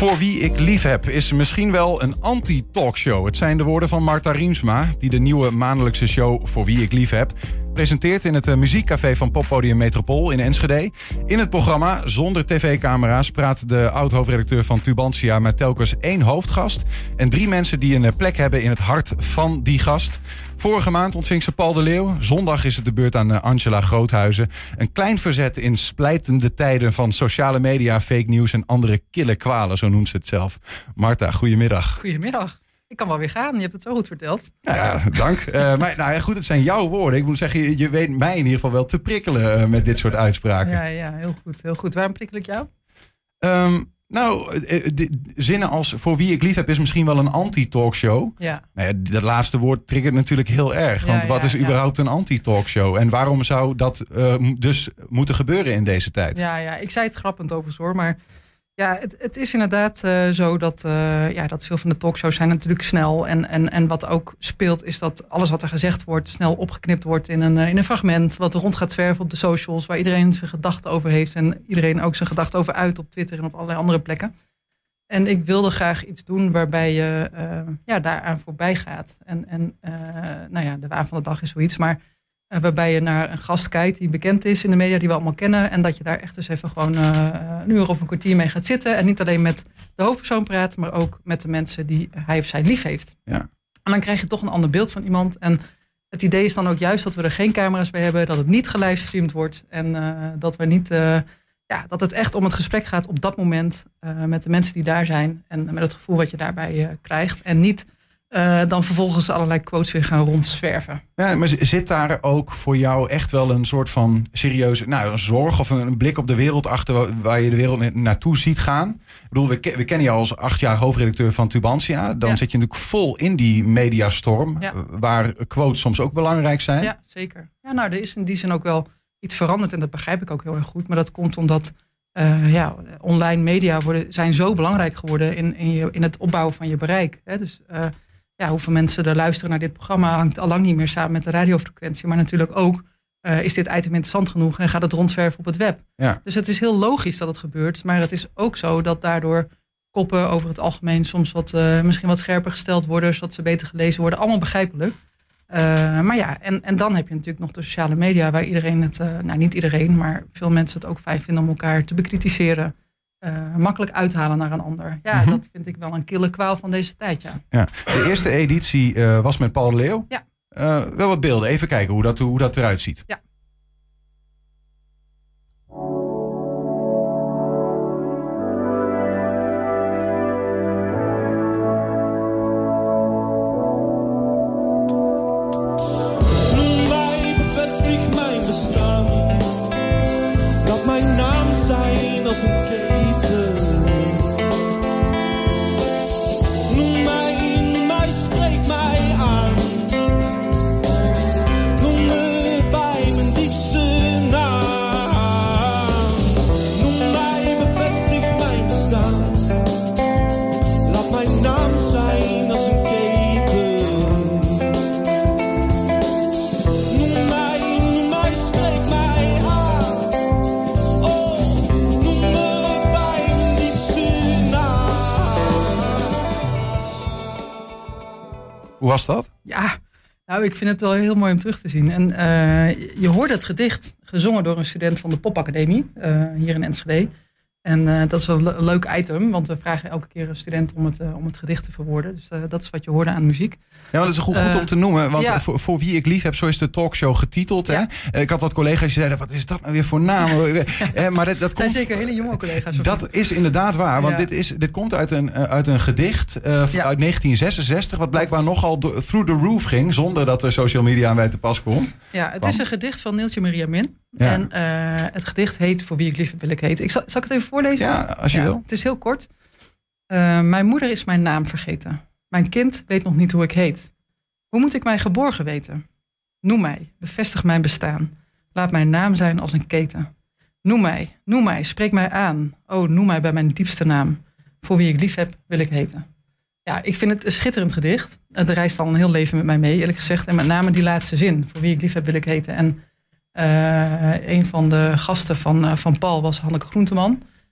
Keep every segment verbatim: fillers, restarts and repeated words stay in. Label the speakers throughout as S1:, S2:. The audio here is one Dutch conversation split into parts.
S1: Voor wie ik lief heb is misschien wel een anti-talkshow. Het zijn de woorden van Marta Riemsma, die de nieuwe maandelijkse show Voor wie ik lief heb presenteert in het uh, muziekcafé van Poppodium Metropool in Enschede. In het programma, zonder tv-camera's, praat de oud-hoofdredacteur van Tubantia met telkens één hoofdgast en drie mensen die een plek hebben in het hart van die gast. Vorige maand ontving ze Paul de Leeuw. Zondag is het de beurt aan Angela Groothuizen. Een klein verzet in splijtende tijden van sociale media, fake news en andere kille kwalen, zo noemt ze het zelf. Marta, goedemiddag.
S2: Goedemiddag. Ik kan wel weer gaan, je hebt het zo goed verteld.
S1: Ja, ja dank. uh, maar nou ja, goed, het zijn jouw woorden. Ik moet zeggen, je, je weet mij in ieder geval wel te prikkelen uh, met dit soort uitspraken.
S2: Ja, ja, heel goed, heel goed. Waarom prikkel ik jou?
S1: Um, Nou, de zinnen als voor wie ik lief heb is misschien wel een anti-talkshow.
S2: Ja.
S1: Nou ja, dat laatste woord triggert natuurlijk heel erg. Want
S2: ja,
S1: wat is
S2: ja.
S1: überhaupt een anti-talkshow? En waarom zou dat uh, dus moeten gebeuren in deze tijd?
S2: Ja, ja, ik zei het grappend overigens hoor. Maar ja, het, het is inderdaad uh, zo dat, uh, ja, dat veel van de talkshows zijn natuurlijk snel. En, en, en wat ook speelt is dat alles wat er gezegd wordt snel opgeknipt wordt in een, uh, in een fragment. Wat rond gaat zwerven op de socials. Waar iedereen zijn gedachten over heeft. En iedereen ook zijn gedachten over uit op Twitter en op allerlei andere plekken. En ik wilde graag iets doen waarbij je uh, ja, daaraan voorbij gaat. En, en uh, nou ja, de waan van de dag is zoiets. Maar uh, waarbij je naar een gast kijkt die bekend is in de media, die we allemaal kennen. En dat je daar echt eens even gewoon uh, een uur of een kwartier mee gaat zitten. En niet alleen met de hoofdpersoon praat, maar ook met de mensen die hij of zij lief heeft.
S1: Ja.
S2: En dan krijg je toch een ander beeld van iemand. En het idee is dan ook juist dat we er geen camera's bij hebben. Dat het niet gelivestreamd wordt. En uh, dat we niet... Uh, Ja, dat het echt om het gesprek gaat op dat moment uh, met de mensen die daar zijn. En met het gevoel wat je daarbij uh, krijgt. En niet uh, dan vervolgens allerlei quotes weer gaan rondzwerven.
S1: Ja, maar zit daar ook voor jou echt wel een soort van serieuze nou, een zorg of een blik op de wereld achter waar je de wereld naartoe ziet gaan? Ik bedoel, we, we kennen jou als acht jaar hoofdredacteur van Tubantia. Dan
S2: ja.
S1: zit je natuurlijk vol in die mediastorm. Ja. Waar quotes soms ook belangrijk zijn.
S2: Ja, zeker. Ja, nou, er is in die zin ook wel iets veranderd en dat begrijp ik ook heel erg goed. Maar dat komt omdat uh, ja, online media worden, zijn zo belangrijk geworden in, in, je, in het opbouwen van je bereik. Hè. Dus uh, ja, hoeveel mensen er luisteren naar dit programma hangt al lang niet meer samen met de radiofrequentie. Maar natuurlijk ook uh, is dit item interessant genoeg en gaat het rondzwerven op het web.
S1: Ja.
S2: Dus het is heel logisch dat het gebeurt. Maar het is ook zo dat daardoor koppen over het algemeen soms wat, uh, misschien wat scherper gesteld worden, zodat ze beter gelezen worden. Allemaal begrijpelijk. Uh, maar ja, en, en dan heb je natuurlijk nog de sociale media, waar iedereen het, uh, nou niet iedereen, maar veel mensen het ook fijn vinden om elkaar te bekritiseren. Uh, makkelijk uithalen naar een ander. Ja, mm-hmm. Dat vind ik wel een kille kwaal van deze tijd, ja.
S1: ja. De eerste editie uh, was met Paul de Leeuw.
S2: Ja.
S1: Uh, wel wat beelden, even kijken hoe dat, hoe dat eruit ziet.
S2: Ja.
S3: Als een keten. Noem mij, noem mij, spreek mij aan. Noem me bij mijn diepste naam. Noem mij, bevestig mijn bestaan. Laat mijn naam zijn als een keten. Noem mij, noem mij, spreek mij aan. Oh.
S1: Hoe was dat?
S2: Ja, nou, ik vind het wel heel mooi om terug te zien. En uh, je hoorde het gedicht gezongen door een student van de Popacademie uh, hier in Enschede. En uh, dat is wel een le- leuk item, want we vragen elke keer een student om het, uh, om het gedicht te verwoorden. Dus uh, dat is wat je hoorde aan muziek.
S1: Ja, maar dat is goed, goed
S2: uh,
S1: om te noemen, want
S2: ja.
S1: voor, voor wie ik lief heb, zo is de talkshow getiteld.
S2: Ja.
S1: Hè? Ik had wat collega's die zeiden, wat is dat nou weer voor naam? eh, maar dat, dat
S2: zijn
S1: komt,
S2: zeker hele jonge collega's.
S1: Dat is inderdaad waar, want
S2: ja.
S1: dit, is, dit komt uit een, uh, uit een gedicht uh,
S2: ja.
S1: uit negentien zesenzestig, wat blijkbaar nogal do, through the roof ging, zonder dat er social media aan bij te pas kwam.
S2: Ja, het is een gedicht van Neeltje Maria Min.
S1: Ja.
S2: En uh, het gedicht heet Voor wie ik lief heb wil ik heten. Ik zal, zal ik het even voorlezen?
S1: Ja, als je
S2: ja,
S1: wil.
S2: Het is heel kort. Uh, mijn moeder is mijn naam vergeten. Mijn kind weet nog niet hoe ik heet. Hoe moet ik mij geborgen weten? Noem mij, bevestig mijn bestaan. Laat mijn naam zijn als een keten. Noem mij, noem mij, spreek mij aan. Oh, noem mij bij mijn diepste naam. Voor wie ik lief heb wil ik heten. Ja, ik vind het een schitterend gedicht. Het reist al een heel leven met mij mee, eerlijk gezegd. En met name die laatste zin. Voor wie ik lief heb wil ik heten. En Uh, een van de gasten van, uh, van Paul was Hanneke Groenteman.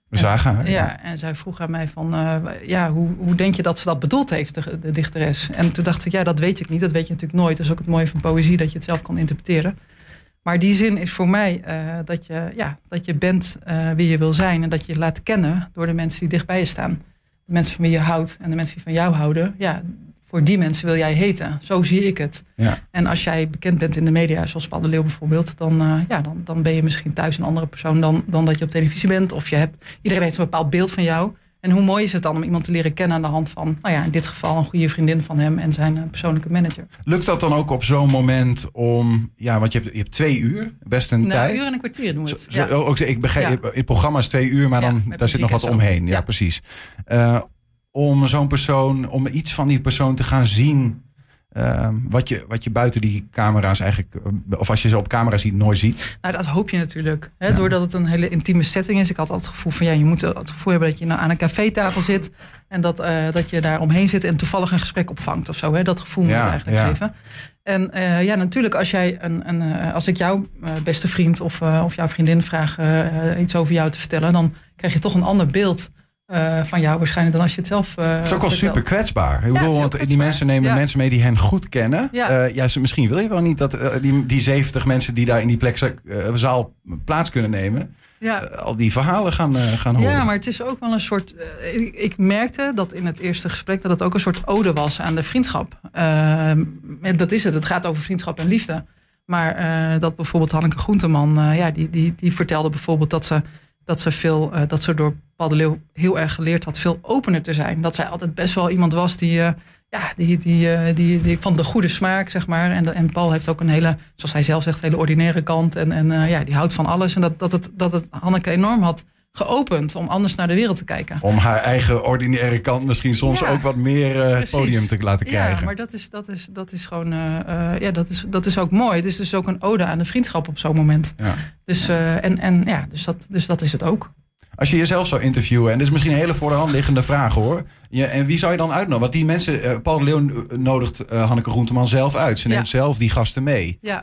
S1: We zagen haar.
S2: Ja, ja, en zij vroeg aan mij van, uh, ja, hoe, hoe denk je dat ze dat bedoeld heeft, de, de dichteres? En toen dacht ik, ja, dat weet ik niet. Dat weet je natuurlijk nooit. Dat is ook het mooie van poëzie, dat je het zelf kan interpreteren. Maar die zin is voor mij uh, dat, je, ja, dat je bent uh, wie je wil zijn. En dat je je laat kennen door de mensen die dicht bij je staan. De mensen van wie je houdt en de mensen die van jou houden. Ja, voor die mensen wil jij heten. Zo zie ik het. Ja. En als jij bekend bent in de media, zoals Paul de Leeuw bijvoorbeeld, dan, uh, ja, dan, dan ben je misschien thuis een andere persoon dan, dan dat je op televisie bent. Of je hebt, iedereen heeft een bepaald beeld van jou. En hoe mooi is het dan om iemand te leren kennen aan de hand van, nou ja, in dit geval een goede vriendin van hem en zijn uh, persoonlijke manager.
S1: Lukt dat dan ook op zo'n moment om, ja, want je hebt, je hebt twee uur, best een
S2: nou,
S1: tijd.
S2: Een uur en een kwartier doen we het.
S1: Zo, ja. ook, ik begrijp, ja. Het programma is twee uur, maar dan, ja, daar zit nog wat omheen. Ja, ja. precies. Uh, om zo'n persoon, om iets van die persoon te gaan zien, Uh, wat, je, wat je buiten die camera's eigenlijk, of als je ze op camera ziet, nooit ziet.
S2: Nou, dat hoop je natuurlijk. Hè? Ja. Doordat het een hele intieme setting is. Ik had altijd het gevoel van, ja, je moet het gevoel hebben dat je nou aan een cafétafel zit en dat, uh, dat je daar omheen zit en toevallig een gesprek opvangt of zo. Hè? Dat gevoel moet ja, het eigenlijk ja. geven. En uh, ja, natuurlijk, als jij een, een uh, als ik jouw uh, beste vriend of, uh, of jouw vriendin vraag uh, iets over jou te vertellen, dan krijg je toch een ander beeld Uh, van jou waarschijnlijk dan als je het zelf uh,
S1: Het is ook wel vertelt. Super kwetsbaar. Ik bedoel, ja, want die mensen nemen ja. mensen mee die hen goed kennen. Ja. Uh, ja, misschien wil je wel niet dat uh, die, die zeventig mensen die daar in die plek uh, zaal plaats kunnen nemen, ja. uh, al die verhalen gaan, uh, gaan horen.
S2: Ja, maar het is ook wel een soort. Uh, ik, ik merkte dat in het eerste gesprek dat het ook een soort ode was aan de vriendschap. Uh, dat is het. Het gaat over vriendschap en liefde. Maar uh, dat bijvoorbeeld Hanneke Groenteman, uh, ja, die, die, die vertelde bijvoorbeeld dat ze. Dat ze, veel, uh, dat ze door Paul de Leeuw heel erg geleerd had veel opener te zijn. Dat zij altijd best wel iemand was die, uh, ja, die, die, uh, die, die van de goede smaak, zeg maar. En, en Paul heeft ook een hele, zoals hij zelf zegt, hele ordinaire kant. En, en uh, ja, die houdt van alles. En dat, dat, het, dat het Hanneke enorm had geopend om anders naar de wereld te kijken.
S1: Om haar eigen ordinaire kant misschien soms ja, ook wat meer uh, het podium te laten krijgen.
S2: Ja, maar dat is, dat is, dat is gewoon, uh, uh, ja, dat is, dat is ook mooi. Het is dus ook een ode aan de vriendschap op zo'n moment. Ja. Dus, uh, en, en, ja, dus, dat, dus dat is het ook.
S1: Als je jezelf zou interviewen, en dit is misschien een hele voor de hand liggende vraag hoor. Je, en wie zou je dan uitnodigen? Want die mensen, uh, Paul de Leeuw nodigt uh, Hanneke Groenteman zelf uit. Ze neemt ja. zelf die gasten mee.
S2: Ja.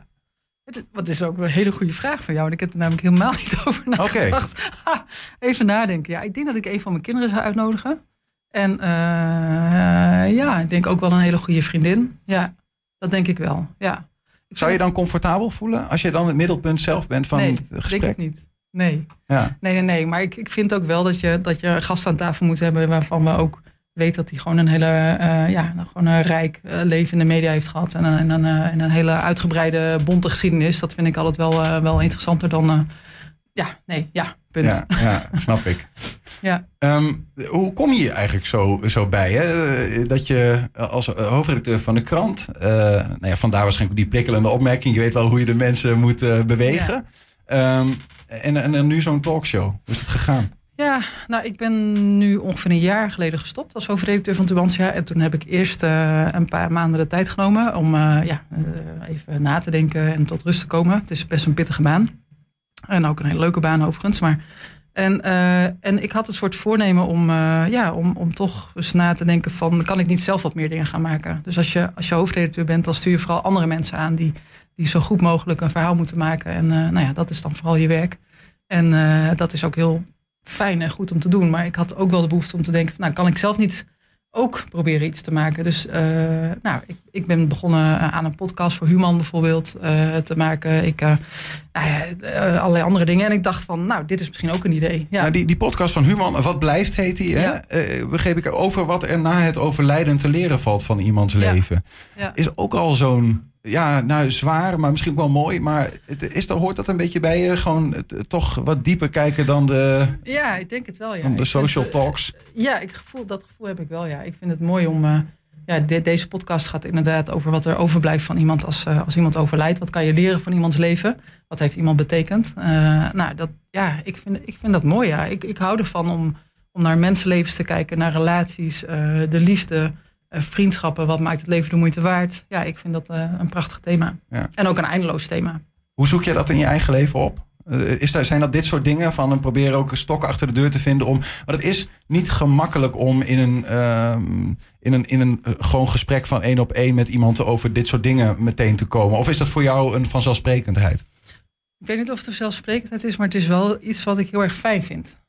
S2: Wat is ook een hele goede vraag van jou. En ik heb er namelijk helemaal niet over nagedacht. Okay. Ha, even nadenken. Ja, ik denk dat ik een van mijn kinderen zou uitnodigen. En uh, uh, ja, ik denk ook wel een hele goede vriendin. Ja, dat denk ik wel. Ja. Ik
S1: zou je dan comfortabel voelen als je dan het middelpunt zelf bent van
S2: nee,
S1: het gesprek?
S2: Nee, denk ik niet. Nee.
S1: Ja.
S2: nee, nee, nee. Maar ik, ik vind ook wel dat je, dat je gasten aan tafel moet hebben waarvan we ook weet dat hij gewoon een hele uh, ja, gewoon een rijk uh, leven in de media heeft gehad. En, en, en, uh, en een hele uitgebreide, bonte geschiedenis. Dat vind ik altijd wel, uh, wel interessanter dan. Uh, ja, nee, ja, punt.
S1: Ja, ja snap ik.
S2: Ja.
S1: Um, hoe kom je eigenlijk zo, zo bij? Hè? Dat je als hoofdredacteur van de krant, uh, nou ja, vandaar waarschijnlijk die prikkelende opmerking. Je weet wel hoe je de mensen moet uh, bewegen. Ja. Um, en, en, en nu zo'n talkshow. Hoe is het gegaan?
S2: Ja, nou, ik ben nu ongeveer een jaar geleden gestopt als hoofdredacteur van Tubantia. En toen heb ik eerst uh, een paar maanden de tijd genomen om uh, ja, uh, even na te denken en tot rust te komen. Het is best een pittige baan. En ook een hele leuke baan overigens. Maar, en, uh, en ik had een soort voornemen om, uh, ja, om, om toch eens na te denken van, kan ik niet zelf wat meer dingen gaan maken? Dus als je, als je hoofdredacteur bent, dan stuur je vooral andere mensen aan die, die zo goed mogelijk een verhaal moeten maken. En uh, nou ja, dat is dan vooral je werk. En uh, dat is ook heel fijn en goed om te doen. Maar ik had ook wel de behoefte om te denken van, nou, kan ik zelf niet ook proberen iets te maken? Dus uh, nou, ik, ik ben begonnen aan een podcast voor Human bijvoorbeeld uh, te maken. Ik, uh, nou ja, uh, allerlei andere dingen. En ik dacht van, nou, dit is misschien ook een idee. Ja.
S1: Nou, die, die podcast van Human, Wat Blijft heet die, ja. hè? Uh, begreep ik, over wat er na het overlijden te leren valt van iemands ja. leven. Ja. Is ook al zo'n, ja, nou, zwaar, maar misschien ook wel mooi. Maar het, is dat, hoort dat een beetje bij je? Gewoon het, toch wat dieper kijken dan de,
S2: ja, ik denk het wel, ja.
S1: dan de
S2: ik
S1: social
S2: vind,
S1: talks?
S2: Ja, ik gevoel, dat gevoel heb ik wel, ja. Ik vind het mooi om... Uh, ja, de, deze podcast gaat inderdaad over wat er overblijft van iemand als, uh, als iemand overlijdt. Wat kan je leren van iemands leven? Wat heeft iemand betekend? Uh, nou, dat, ja, ik vind, ik vind dat mooi, ja. Ik, ik hou ervan om, om naar mensenlevens te kijken, naar relaties, uh, de liefde, uh, vriendschappen. Wat maakt het leven de moeite waard? Ja, ik vind dat uh, een prachtig thema. Ja. En ook een eindeloos thema.
S1: Hoe zoek je dat in je eigen leven op? Uh, is daar, zijn dat dit soort dingen van een proberen ook een stok achter de deur te vinden om? Maar het is niet gemakkelijk om in een, uh, in een, in een uh, gewoon gesprek van één op één met iemand over dit soort dingen meteen te komen. Of is dat voor jou een vanzelfsprekendheid?
S2: Ik weet niet of het een vanzelfsprekendheid is, maar het is wel iets wat ik heel erg fijn vind.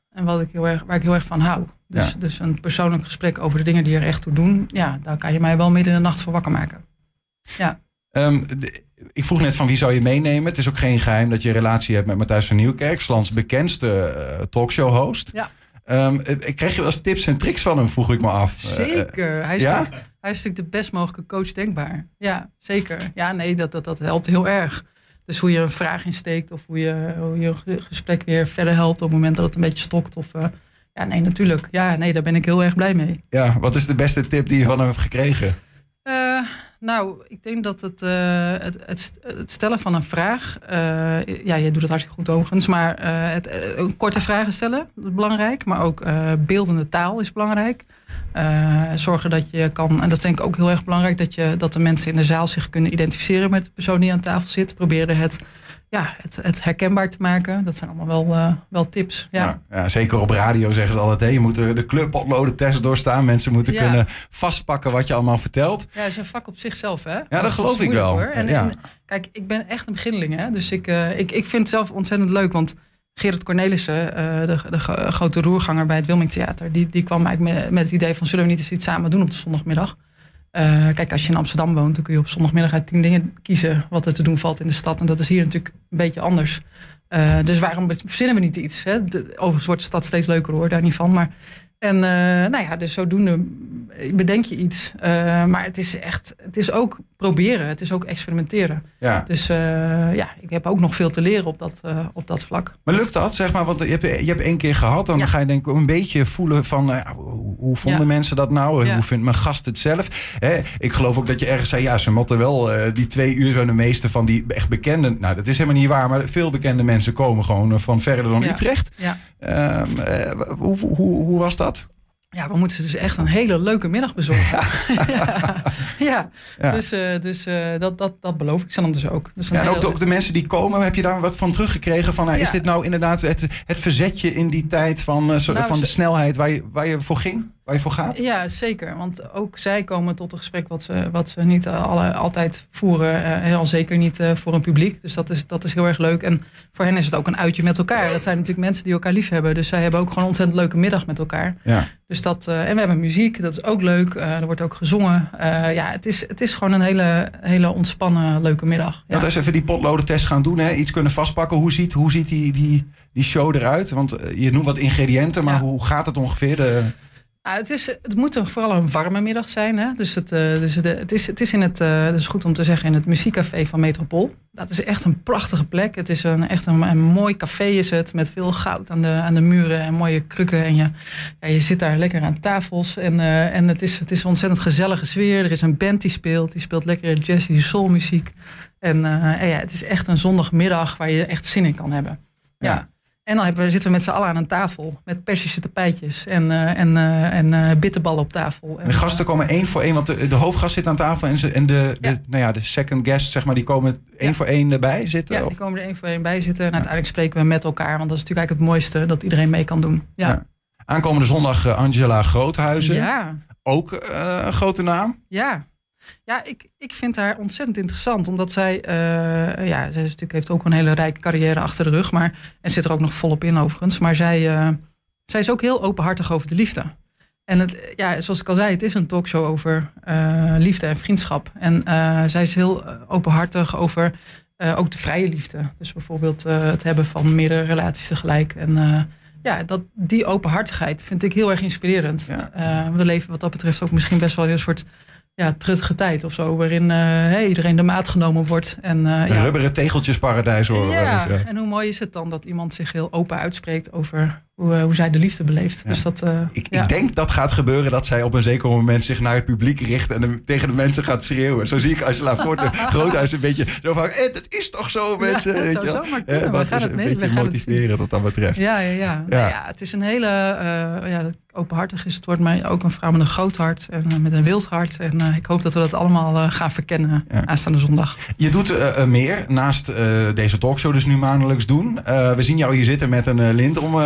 S2: En wat ik heel erg, waar ik heel erg van hou. Dus, ja. dus een persoonlijk gesprek over de dingen die er echt toe doen. Ja, daar kan je mij wel midden in de nacht voor wakker maken. Ja.
S1: Um, de, ik vroeg net van wie zou je meenemen. Het is ook geen geheim dat je een relatie hebt met Matthijs van Nieuwkerk. 's lands bekendste uh, talkshow-host. Ja. Um, kreeg je wel eens tips en tricks van hem, vroeg ik me af.
S2: Zeker. Hij is, ja? de, hij is natuurlijk de best mogelijke coach denkbaar. Ja, zeker. Ja, nee, dat, dat, dat helpt heel erg. Dus hoe je een vraag insteekt of hoe je, hoe je een gesprek weer verder helpt op het moment dat het een beetje stokt. Of, uh, ja, nee, natuurlijk. Ja, nee, daar ben ik heel erg blij mee.
S1: Ja, wat is de beste tip die je van hem hebt gekregen?
S2: Uh, nou, ik denk dat het, uh, het, het, het stellen van een vraag... Uh, ja, je doet het hartstikke goed overigens... maar uh, het, uh, korte vragen stellen, dat is belangrijk. Maar ook uh, beeldende taal is belangrijk. Uh, zorgen dat je kan... en dat is denk ik ook heel erg belangrijk... dat, je, dat de mensen in de zaal zich kunnen identificeren... met de persoon die aan tafel zit. Proberen het... Ja, het, het herkenbaar te maken. Dat zijn allemaal wel, uh, wel tips. Ja.
S1: Ja, ja, zeker op radio zeggen ze altijd... Hey, je moet de clubpotloden test doorstaan. Mensen moeten ja. kunnen vastpakken wat je allemaal vertelt.
S2: Ja, het is een vak op zichzelf, hè?
S1: Ja, dat, dat geloof ik wel.
S2: En, ja. en, kijk, ik ben echt een beginneling, hè? Dus ik, uh, ik, ik vind het zelf ontzettend leuk. Want Gerrit Cornelissen, uh, de, de grote roerganger bij het Wilming Theater... die, die kwam eigenlijk met, met het idee van... zullen we niet eens iets samen doen op de zondagmiddag? Uh, kijk, als je in Amsterdam woont, dan kun je op zondagmiddag uit tien dingen kiezen wat er te doen valt in de stad. En dat is hier natuurlijk een beetje anders. Uh, dus waarom verzinnen we niet iets? Hè? De, overigens wordt de stad steeds leuker, hoor, daar niet van. Maar, en uh, nou ja, dus zodoende bedenk je iets. Uh, maar het is echt, het is ook proberen. Het is ook experimenteren. Ja. Dus uh, ja, ik heb ook nog veel te leren op dat, uh, op dat vlak.
S1: Maar lukt dat, zeg maar? Want je hebt, je hebt één keer gehad. Dan ja. ga je denk ik een beetje voelen van... Uh, hoe, hoe vonden ja. mensen dat nou? Ja. Hoe vindt mijn gast het zelf? Hè? Ik geloof ook dat je ergens zei... ja, ze moeten wel uh, die twee uur... zo de meeste van die echt bekende... nou, dat is helemaal niet waar... maar veel bekende mensen komen gewoon van verder dan ja. Utrecht. Ja. Um, uh, hoe, hoe, hoe was dat?
S2: Ja, we moeten dus echt een hele leuke middag bezorgen. Ja, ja. ja. ja. dus, uh, dus uh, dat, dat, dat beloof ik ze dan dus ook. Dus
S1: ja, en hele... ook, de, ook de mensen die komen, heb je daar wat van teruggekregen? Van, uh, ja. Is dit nou inderdaad het, het verzetje in die tijd van, uh, zo, nou, van de snelheid waar je, waar je voor ging? Waar je voor gaat?
S2: Ja, zeker. Want ook zij komen tot een gesprek wat ze, wat ze niet alle, altijd voeren. Uh, al zeker niet uh, voor een publiek. Dus dat is, dat is heel erg leuk. En voor hen is het ook een uitje met elkaar. Dat zijn natuurlijk mensen die elkaar lief hebben. Dus zij hebben ook gewoon een ontzettend leuke middag met elkaar. Ja. Dus dat, uh, en we hebben muziek, dat is ook leuk. Uh, er wordt ook gezongen. Uh, ja, het is, het is gewoon een hele, hele ontspannen, leuke middag. Ja.
S1: Laten we eens even die potlodentest gaan doen. Hè? Iets kunnen vastpakken. Hoe ziet, hoe ziet die, die, die show eruit? Want uh, je noemt wat ingrediënten, maar ja. hoe gaat het ongeveer? De...
S2: Ja, het, is, het moet vooral een warme middag zijn. Hè? Dus, het, uh, dus het, het, is, het is in het, uh, dat is goed om te zeggen, in het muziekcafé van Metropool. Dat is echt een prachtige plek. Het is een, echt een, een mooi café is het, met veel goud aan de, aan de muren en mooie krukken. En je, ja, je zit daar lekker aan tafels. En, uh, en het, is, het is een ontzettend gezellige sfeer. Er is een band die speelt. Die speelt lekkere jazzy soulmuziek. En, uh, en ja, het is echt een zondagmiddag waar je echt zin in kan hebben. Ja. ja. En dan hebben we, zitten we met z'n allen aan een tafel met Persische tapijtjes en, uh, en, uh, en uh, bitterballen op tafel.
S1: En de gasten komen één voor één, want de, de hoofdgast zit aan tafel en, ze, en de, ja. de, nou ja, de second guest, zeg maar, die komen één ja. voor één erbij zitten?
S2: Ja,
S1: of?
S2: die komen er één voor één bij zitten. En ja. uiteindelijk spreken we met elkaar, want dat is natuurlijk eigenlijk het mooiste dat iedereen mee kan doen. Ja. Ja.
S1: Aankomende zondag uh, Angela Groothuizen.
S2: Ja.
S1: Ook uh, een grote naam.
S2: Ja. Ja, ik, ik vind haar ontzettend interessant. Omdat zij, uh, ja, zij is natuurlijk, heeft ook een hele rijke carrière achter de rug. Maar, en zit er ook nog volop in overigens. Maar zij, uh, zij is ook heel openhartig over de liefde. En het, ja, zoals ik al zei, het is een talkshow over uh, liefde en vriendschap. En uh, zij is heel openhartig over uh, ook de vrije liefde. Dus bijvoorbeeld uh, het hebben van meerdere relaties tegelijk. En uh, ja, dat, die openhartigheid vind ik heel erg inspirerend. Ja. Uh, we leven wat dat betreft ook misschien best wel in een soort... ja, truttige tijd of zo, waarin uh, hey, iedereen de maat genomen wordt. En, uh,
S1: een
S2: ja.
S1: rubberen tegeltjesparadijs horen.
S2: Ja,
S1: dus, ja,
S2: en hoe mooi is het dan dat iemand zich heel open uitspreekt over hoe, uh, hoe zij de liefde beleeft. Ja. Dus dat, uh,
S1: ik,
S2: ja.
S1: ik denk dat gaat gebeuren dat zij op een zeker moment zich naar het publiek richt en de, tegen de mensen gaat schreeuwen. Zo zie ik Angela Groothuis een beetje zo van, eh, dat is toch zo, mensen.
S2: Ja, dat zou zomaar kunnen. Eh, we gaan het
S1: een
S2: mee.
S1: beetje motiveren wat dat betreft.
S2: Ja, ja, ja. Ja. Nou ja, het is een hele, uh, ja, openhartig is het woord, maar ook een vrouw met een groot hart en uh, met een wild hart. En uh, ik hoop dat we dat allemaal uh, gaan verkennen ja. aanstaande zondag.
S1: Je doet uh, uh, meer naast uh, deze talkshow dus nu maandelijks doen. Uh, we zien jou hier zitten met een uh, lint om, uh, om je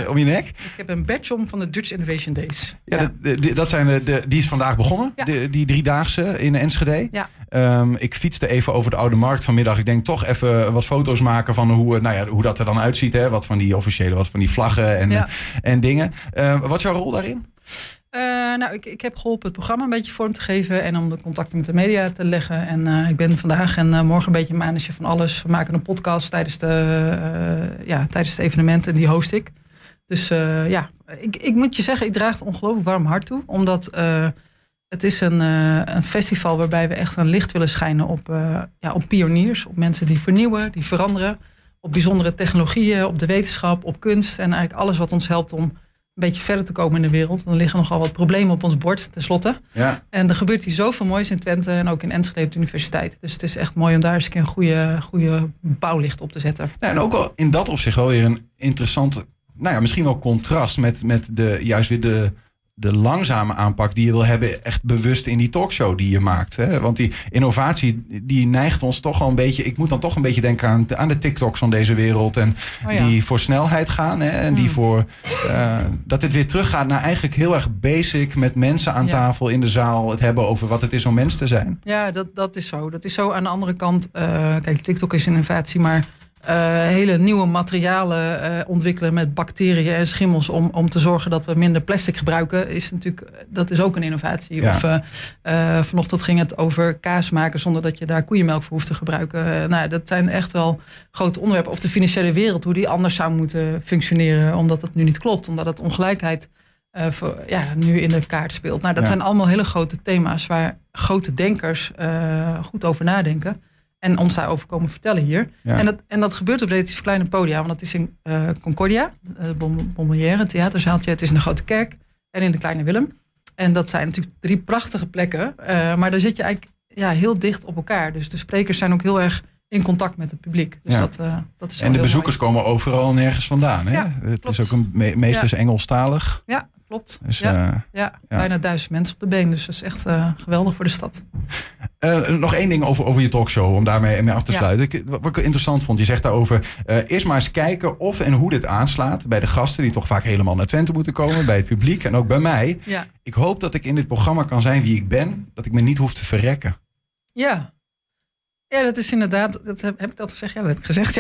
S1: je, om je nek.
S2: Ik heb een badge om van de Dutch Innovation Days.
S1: Ja,
S2: Ja.
S1: de- de- dat zijn de, de, die is vandaag begonnen,
S2: Ja.
S1: de, die driedaagse in Enschede.
S2: Ja.
S1: Um, ik fietste even over de Oude Markt vanmiddag. Ik denk toch even wat foto's maken van hoe, nou ja, hoe dat er dan uitziet. Hè? Wat van die officiële, wat van die vlaggen en,
S2: Ja.
S1: en dingen. Uh, wat is jouw rol daarin?
S2: Uh, nou, ik, ik heb geholpen het programma een beetje vorm te geven en om de contacten met de media te leggen. En uh, ik ben vandaag en uh, morgen een beetje een manager van alles. We maken een podcast tijdens, de, uh, ja, tijdens het evenement en die host ik. Dus uh, ja, ik, ik moet je zeggen, ik draag het ongelooflijk warm hart toe. Omdat uh, het is een, uh, een festival waarbij we echt een licht willen schijnen op, uh, ja, op pioniers. Op mensen die vernieuwen, die veranderen. Op bijzondere technologieën, op de wetenschap, op kunst. En eigenlijk alles wat ons helpt om een beetje verder te komen in de wereld. Dan liggen nogal wat problemen op ons bord, tenslotte.
S1: Ja.
S2: En er gebeurt hier zoveel moois in Twente en ook in Enschede op de universiteit. Dus het is echt mooi om daar eens een keer een goede, goede bouwlicht op te zetten.
S1: Ja, en ook wel in dat opzicht wel weer een interessant, nou ja, misschien wel contrast met, met de, juist weer de, de langzame aanpak die je wil hebben, echt bewust in die talkshow die je maakt. Hè? Want die innovatie, die neigt ons toch al een beetje, ik moet dan toch een beetje denken aan, aan de TikToks van deze wereld. En
S2: oh ja.
S1: die voor snelheid gaan. Hè? En die
S2: mm.
S1: voor, uh, dat het weer teruggaat naar eigenlijk heel erg basic, met mensen aan
S2: ja.
S1: tafel in de zaal, het hebben over wat het is om mens te zijn.
S2: Ja, dat, dat is zo. Dat is zo. Aan de andere kant, uh, kijk, TikTok is innovatie, maar Uh, hele nieuwe materialen uh, ontwikkelen met bacteriën en schimmels om, om te zorgen dat we minder plastic gebruiken, is natuurlijk, dat is ook een innovatie.
S1: Ja.
S2: Of uh, uh, vanochtend ging het over kaas maken zonder dat je daar koeienmelk voor hoeft te gebruiken. Uh, nou, dat zijn echt wel grote onderwerpen. Of de financiële wereld, hoe die anders zou moeten functioneren, omdat het nu niet klopt, omdat het ongelijkheid uh, voor, ja, nu in de kaart speelt. Nou, dat ja. zijn allemaal hele grote thema's waar grote denkers uh, goed over nadenken. En ons daarover komen vertellen hier. Ja. En, dat, en dat gebeurt op relatief kleine podia. Want dat is in uh, Concordia, uh, Bombonière, het theaterzaaltje. Het is in de Grote Kerk en in de Kleine Willem. En dat zijn natuurlijk drie prachtige plekken. Uh, maar daar zit je eigenlijk ja, heel dicht op elkaar. Dus de sprekers zijn ook heel erg in contact met het publiek. Dus
S1: ja.
S2: dat, uh, dat is
S1: en de bezoekers
S2: mooi.
S1: komen overal nergens vandaan. Hè?
S2: Ja,
S1: het
S2: klopt.
S1: is ook een me- meesters
S2: ja.
S1: Engelstalig.
S2: Ja, klopt.
S1: Dus,
S2: ja.
S1: Uh,
S2: ja, ja, bijna duizend mensen op de been. Dus dat is echt uh, geweldig voor de stad.
S1: Uh, nog één ding over, over je talkshow, om daarmee mee af te sluiten. Ja. Ik, wat ik interessant vond, je zegt daarover, uh, eerst maar eens kijken of en hoe dit aanslaat bij de gasten die toch vaak helemaal naar Twente moeten komen, bij het publiek en ook bij mij.
S2: Ja.
S1: Ik hoop dat ik in dit programma kan zijn wie ik ben, dat ik me niet hoef te verrekken.
S2: Ja. Ja, dat is inderdaad, dat heb, heb ik dat gezegd? Ja, dat heb ik gezegd,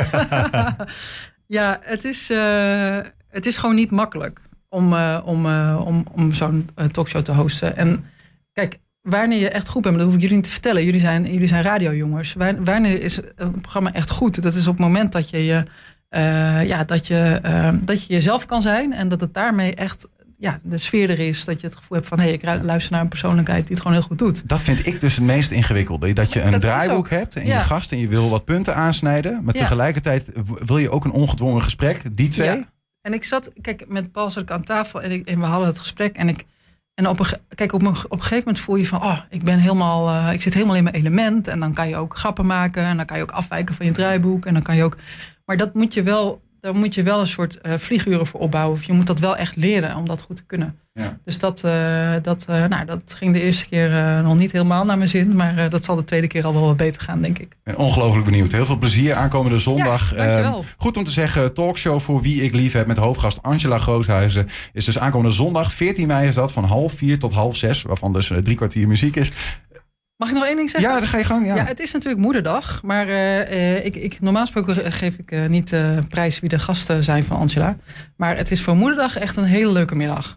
S2: ja. ja, het is, uh, het is gewoon niet makkelijk om, uh, om, uh, om, om zo'n uh, talkshow te hosten. En kijk, wanneer je echt goed bent, dat hoef ik jullie niet te vertellen. Jullie zijn, jullie zijn radiojongens. Wanneer is een programma echt goed? Dat is op het moment dat je, je, uh, ja, dat je, uh, dat je jezelf kan zijn. En dat het daarmee echt ja, de sfeer er is. Dat je het gevoel hebt van, hé, hey, ik luister naar een persoonlijkheid die het gewoon heel goed doet.
S1: Dat vind ik dus het meest ingewikkelde. Dat je een dat draaiboek hebt en ja. je gast en je wil wat punten aansnijden. Maar ja. tegelijkertijd wil je ook een ongedwongen gesprek. Die twee. Ja.
S2: En ik zat, kijk, met Paul zat ik aan tafel en, ik, en we hadden het gesprek. En ik En op een, kijk, op een, op een gegeven moment voel je van, oh, ik ben helemaal, uh, ik zit helemaal in mijn element. En dan kan je ook grappen maken en dan kan je ook afwijken van je draaiboek. En dan kan je ook, maar dat moet je wel, daar moet je wel een soort uh, vlieguren voor opbouwen. Of je moet dat wel echt leren om dat goed te kunnen. Ja. Dus dat, uh, dat, uh, nou, dat ging de eerste keer uh, nog niet helemaal naar mijn zin. Maar uh, dat zal de tweede keer al wel wat beter gaan, denk ik.
S1: Ik ben ongelooflijk benieuwd. Heel veel plezier aankomende zondag.
S2: Ja,
S1: uh, goed om te zeggen, talkshow voor wie ik lief heb met hoofdgast Angela Groothuizen. Is dus aankomende zondag, veertien mei is dat, van half vier tot half zes. Waarvan dus uh, drie kwartier muziek is.
S2: Mag ik nog één ding zeggen?
S1: Ja, dan ga je gang. Ja,
S2: ja het is natuurlijk moederdag. Maar uh, uh, ik, ik, normaal gesproken geef ik uh, niet uh, prijs wie de gasten zijn van Angela. Maar het is voor moederdag echt een hele leuke middag.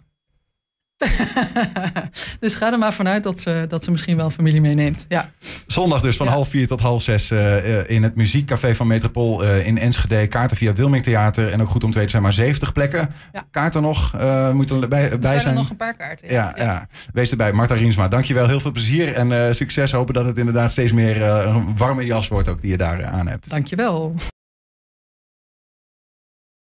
S2: Dus ga er maar vanuit dat ze, dat ze misschien wel familie meeneemt. Ja.
S1: Zondag dus van ja. half vier tot half zes uh, in het muziekcafé van Metropool uh, in Enschede. Kaarten via Wilming Theater. En ook goed om te weten zijn maar zeventig plekken. Ja. Kaarten nog, uh, moeten er bij, bij
S2: zijn. Er
S1: zijn
S2: er nog een paar kaarten. Ja.
S1: Ja, ja. Ja. Wees erbij. Marta Riemsma, dankjewel. Heel veel plezier en uh, succes. Hopen dat het inderdaad steeds meer uh, een warme jas wordt ook die je daar uh, aan hebt.
S2: Dankjewel.